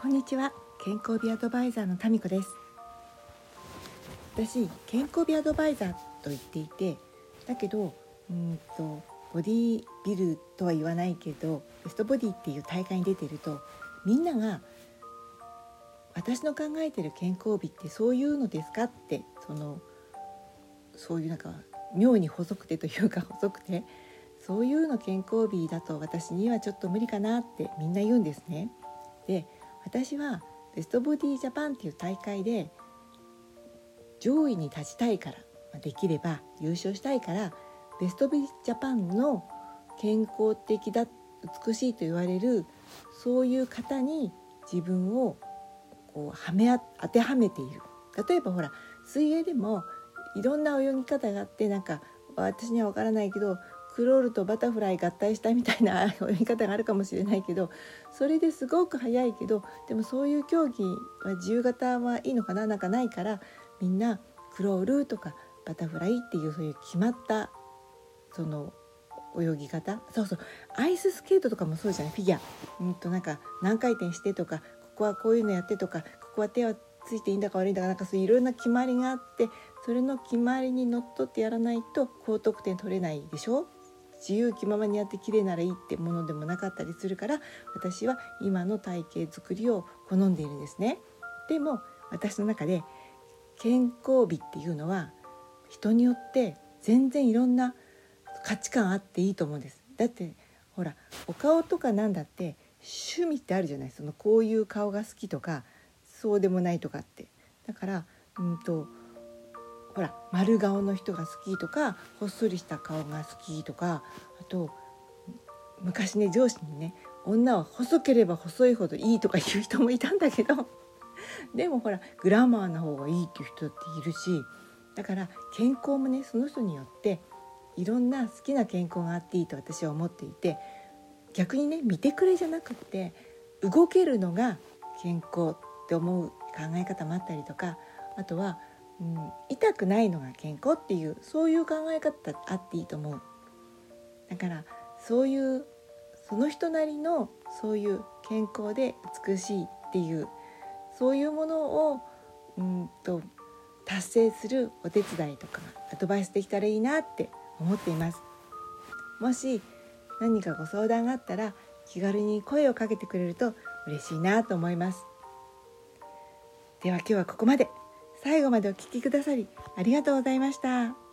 こんにちは。健康美アドバイザーのタミコです。私、健康美アドバイザーと言っていて、だけどボディービルとは言わないけど、ベストボディっていう大会に出てると、みんなが私の考えてる健康美ってそういうのですかって、そういう妙に細くてというか細くて、そういうの健康美だと私にはちょっと無理かなってみんな言うんですね。で、私はベストボディジャパンっていう大会で上位に立ちたいから、できれば優勝したいから、ベストボディジャパンの健康的だ、美しいと言われるそういう方に自分を当てはめている。例えば水泳でもいろんな泳ぎ方があって、私には分からないけどクロールとバタフライ合体したみたいな泳ぎ方があるかもしれないけど、それですごく速いけど、でもそういう競技は自由形はいいのかな、ないから、みんなクロールとかバタフライっていうそういう決まった泳ぎ方、アイススケートとかもそうじゃない、フィギュア、何回転してとか、ここはこういうのやってとか、ここは手はついていいんだか悪いんだか、そういういろんな決まりがあって、それの決まりにのっとってやらないと高得点取れないでしょ。自由気ままにやって綺麗ならいいってものでもなかったりするから、私は今の体型作りを好んでいるんですね。でも私の中で健康美っていうのは人によって全然いろんな価値観あっていいと思うんです。だってお顔とかなんだって趣味ってあるじゃない。こういう顔が好きとかそうでもないとかって。だから丸顔の人が好きとか、ほっそりした顔が好きとか、あと昔ね、上司にね、女は細ければ細いほどいいとか言う人もいたんだけどでもグラマーな方がいいっていう人だっているし、だから健康もね、その人によっていろんな好きな健康があっていいと私は思っていて、逆にね、見てくれじゃなくって動けるのが健康って思う考え方もあったりとか、あとは痛くないのが健康っていう、そういう考え方あっていいと思う。だからその人なりのそういう健康で美しいっていう、そういうものを達成するお手伝いとかアドバイスできたらいいなって思っています。もし何かご相談があったら気軽に声をかけてくれると嬉しいなと思います。では今日はここまで。最後までお聞きくださりありがとうございました。